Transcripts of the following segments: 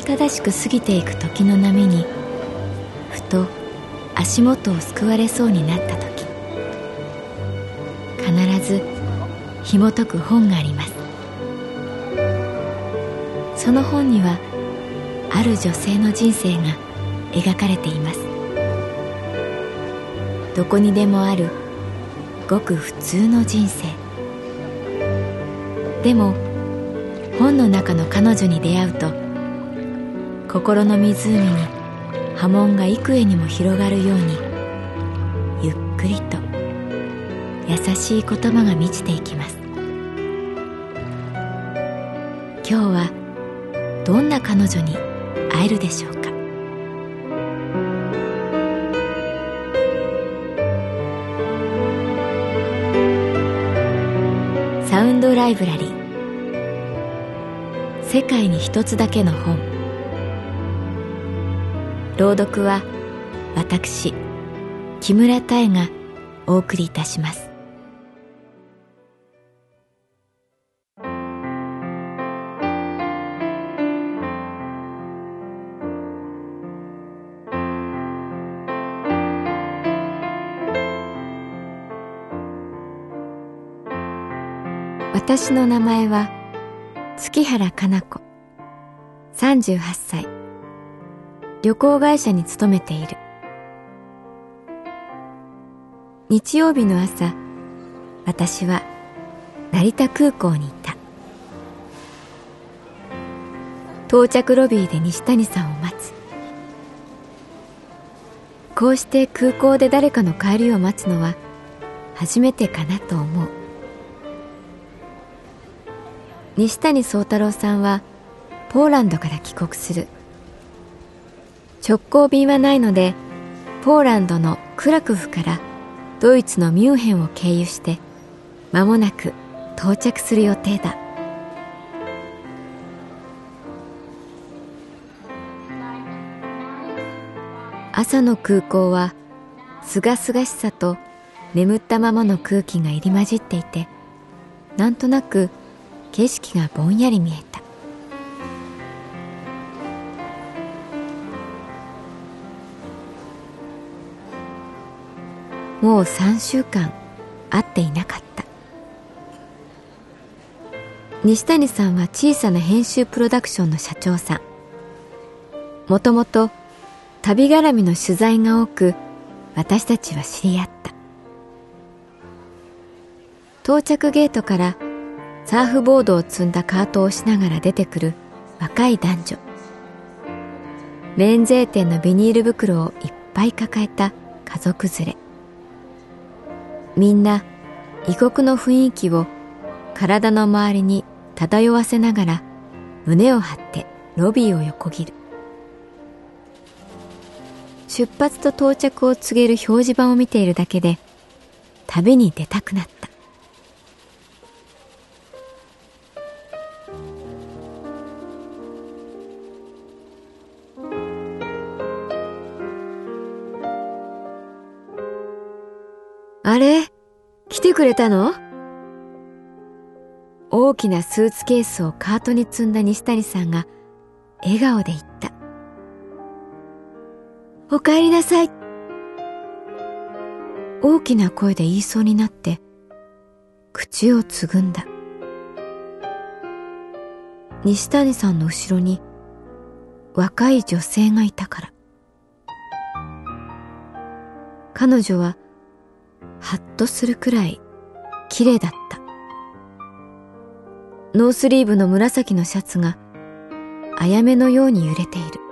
慌ただしく過ぎていく時の波にふと足元をすくわれそうになった時、必ず紐解く本があります。その本にはある女性の人生が描かれています。どこにでもあるごく普通の人生。でも本の中の彼女に出会うと、心の湖に波紋が幾重にも広がるように、ゆっくりと優しい言葉が満ちていきます。今日はどんな彼女に会えるでしょうか。サウンドライブラリー、世界に一つだけの本。朗読は私木村多江がお送りいたします。私の名前は月原かな子、38歳、旅行会社に勤めている。日曜日の朝、私は成田空港にいた。到着ロビーで西谷さんを待つ。こうして空港で誰かの帰りを待つのは初めてかなと思う。西谷宗太郎さんはポーランドから帰国する。直行便はないので、ポーランドのクラクフからドイツのミュンヘンを経由して間もなく到着する予定だ。朝の空港はすがすがしさと眠ったままの空気が入り混じっていて、なんとなく景色がぼんやり見えた。もう3週間会っていなかった。西谷さんは小さな編集プロダクションの社長さん。もともと旅絡みの取材が多く、私たちは知り合った。到着ゲートからサーフボードを積んだカートを押しながら出てくる若い男女。免税店のビニール袋をいっぱい抱えた家族連れ。みんな異国の雰囲気を体の周りに漂わせながら胸を張ってロビーを横切る。出発と到着を告げる表示板を見ているだけで旅に出たくなった。あれ？来てくれたの？大きなスーツケースをカートに積んだ西谷さんが笑顔で言った。お帰りなさい。大きな声で言いそうになって口をつぐんだ。西谷さんの後ろに若い女性がいたから。彼女はハッとするくらい綺麗だった。ノースリーブの紫のシャツがあやめのように揺れている。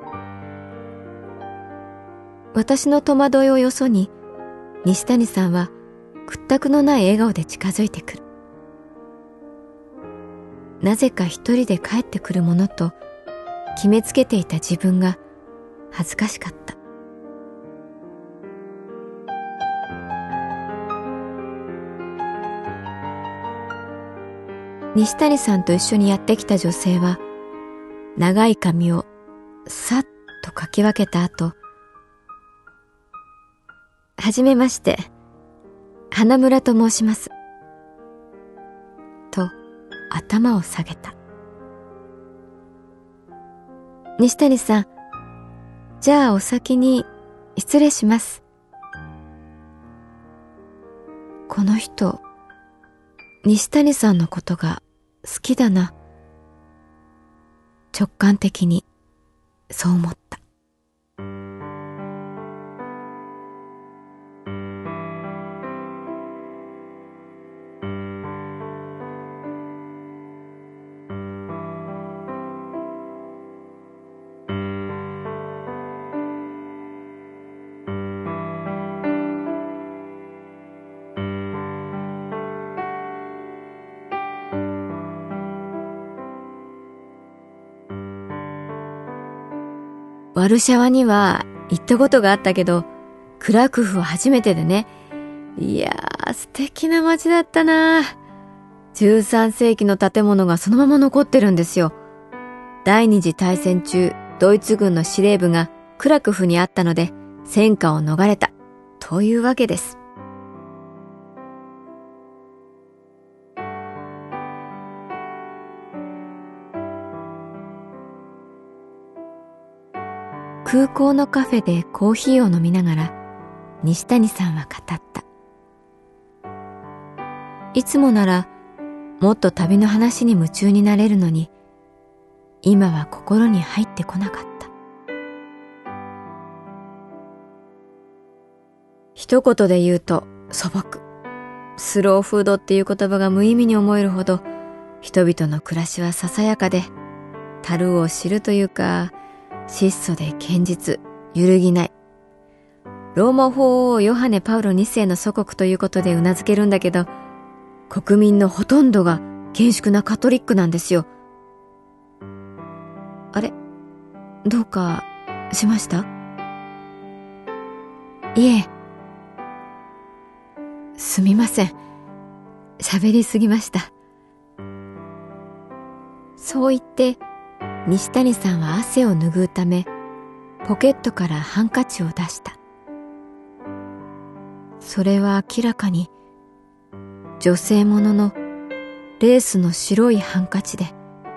私の戸惑いをよそに西谷さんは屈託のない笑顔で近づいてくる。なぜか一人で帰ってくるものと決めつけていた自分が恥ずかしかった。西谷さんと一緒にやってきた女性は長い髪をさっとかき分けた後、はじめまして、花村と申します。と頭を下げた。 西谷さん、じゃあお先に失礼します。この人、西谷さんのことが好きだな。直感的にそう思った。ワルシャワには行ったことがあったけど、クラクフは初めてでね。いやー、素敵な街だったな。13世紀の建物がそのまま残ってるんですよ。第二次大戦中、ドイツ軍の司令部がクラクフにあったので、戦火を逃れたというわけです。空港のカフェでコーヒーを飲みながら、西谷さんは語った。いつもなら、もっと旅の話に夢中になれるのに、今は心に入ってこなかった。一言で言うと素朴。スローフードっていう言葉が無意味に思えるほど、人々の暮らしはささやかで、足を知るというか、質素で堅実、揺るぎない。ローマ法王ヨハネ・パウロ2世の祖国ということで頷けるんだけど、国民のほとんどが厳粛なカトリックなんですよ。あれ？どうかしました？いえ。すみません。喋りすぎました。そう言って、西谷さんは汗を拭うため、ポケットからハンカチを出した。それは明らかに、女性もののレースの白いハンカチで、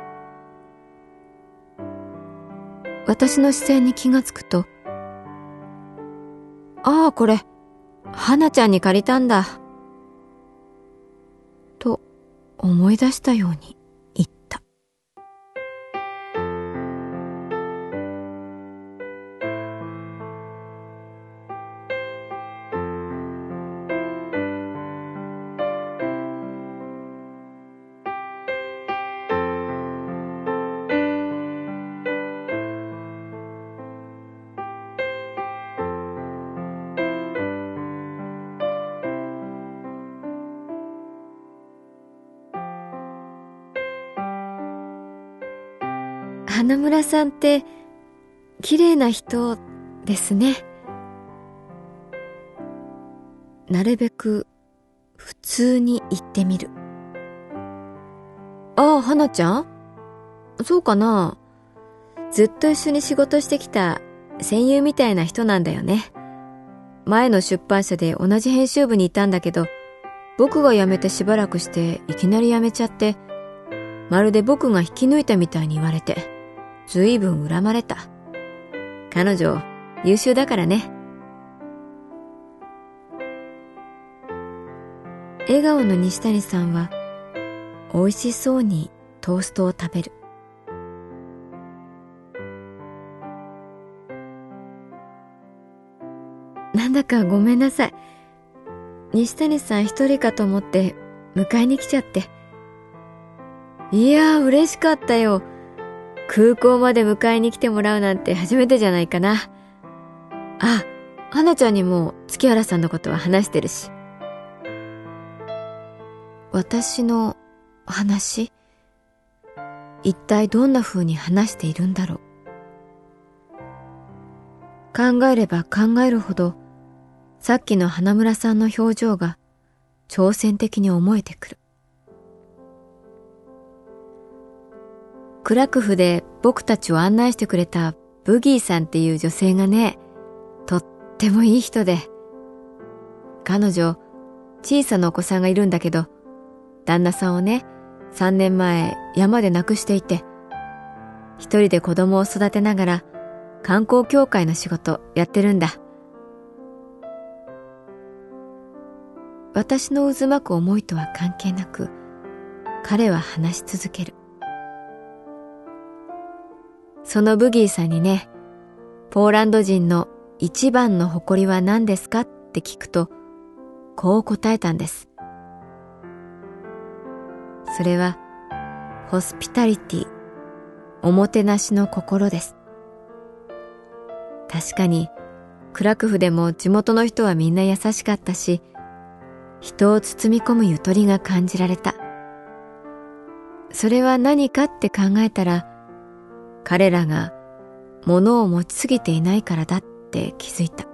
私の視線に気がつくと、ああ、これ、花ちゃんに借りたんだ。と思い出したように言った。花村さんって綺麗な人ですね。なるべく普通に言ってみる。ああ、花ちゃん？そうかな。ずっと一緒に仕事してきた戦友みたいな人なんだよね。前の出版社で同じ編集部にいたんだけど、僕が辞めてしばらくしていきなり辞めちゃって、まるで僕が引き抜いたみたいに言われて、ずいぶん恨まれた。彼女、優秀だからね。笑顔の西谷さんは、美味しそうにトーストを食べる。なんだかごめんなさい。西谷さん一人かと思って迎えに来ちゃって。いやー、嬉しかったよ。空港まで迎えに来てもらうなんて初めてじゃないかな。あ、花ちゃんにも月原さんのことは話してるし。私の話？一体どんな風に話しているんだろう。考えれば考えるほど、さっきの花村さんの表情が挑戦的に思えてくる。クラクフで僕たちを案内してくれたブギーさんっていう女性がね、とってもいい人で、彼女、小さなお子さんがいるんだけど、旦那さんをね、3年前山で亡くしていて、 一人で子供を育てながら観光協会の仕事やってるんだ。私の渦巻く思いとは関係なく、彼は話し続ける。そのブギーさんにね、ポーランド人の一番の誇りは何ですかって聞くと、こう答えたんです。それは、ホスピタリティ、おもてなしの心です。確かに、クラクフでも地元の人はみんな優しかったし、人を包み込むゆとりが感じられた。それは何かって考えたら、彼らが物を持ちすぎていないからだって気づいた。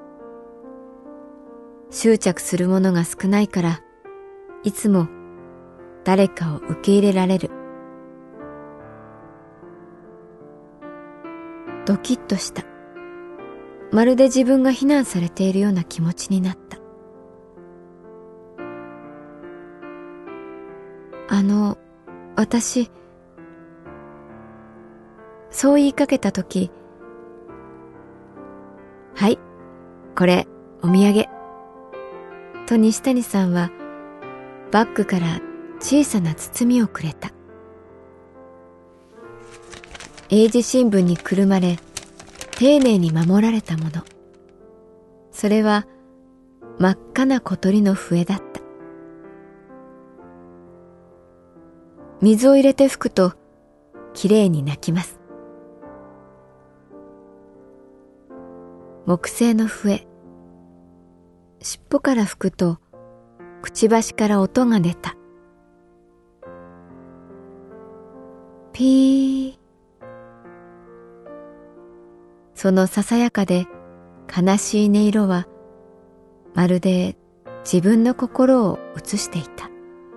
執着するものが少ないから、いつも誰かを受け入れられる。ドキッとした。まるで自分が非難されているような気持ちになった。私、そう言いかけたとき、はい、これお土産。と西谷さんはバッグから小さな包みをくれた。英字新聞にくるまれ、丁寧に守られたもの。それは真っ赤な小鳥の笛だった。水を入れて吹くときれいに鳴きます。木製の笛。尻尾から吹くとくちばしから音が出た。ピー。そのささやかで悲しい音色はまるで自分の心を映していた。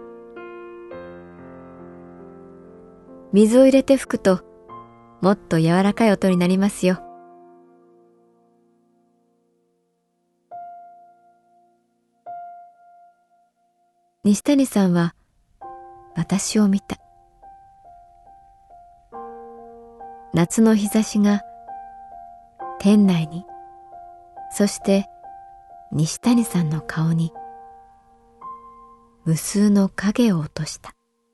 水を入れて吹くともっと柔らかい音になりますよ。西谷さんは私を見た。夏の日差しが店内に、そして西谷さんの顔に無数の影を落とした。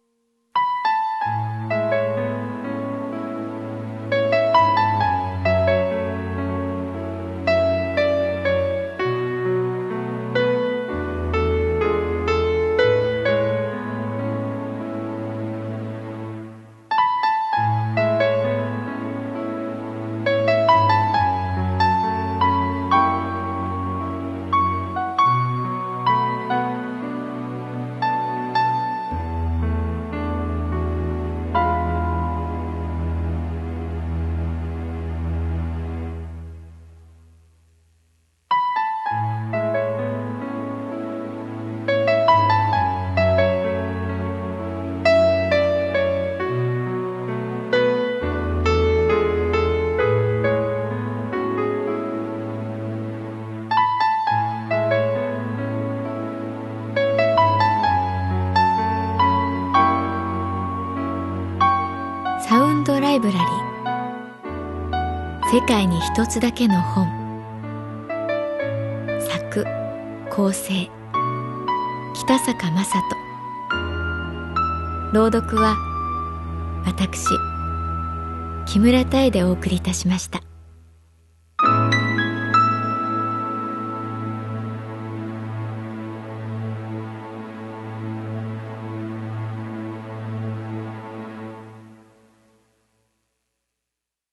サウンドライブラリー。世界に一つだけの本。作・構成北坂雅人。朗読は私木村多江でお送りいたしました。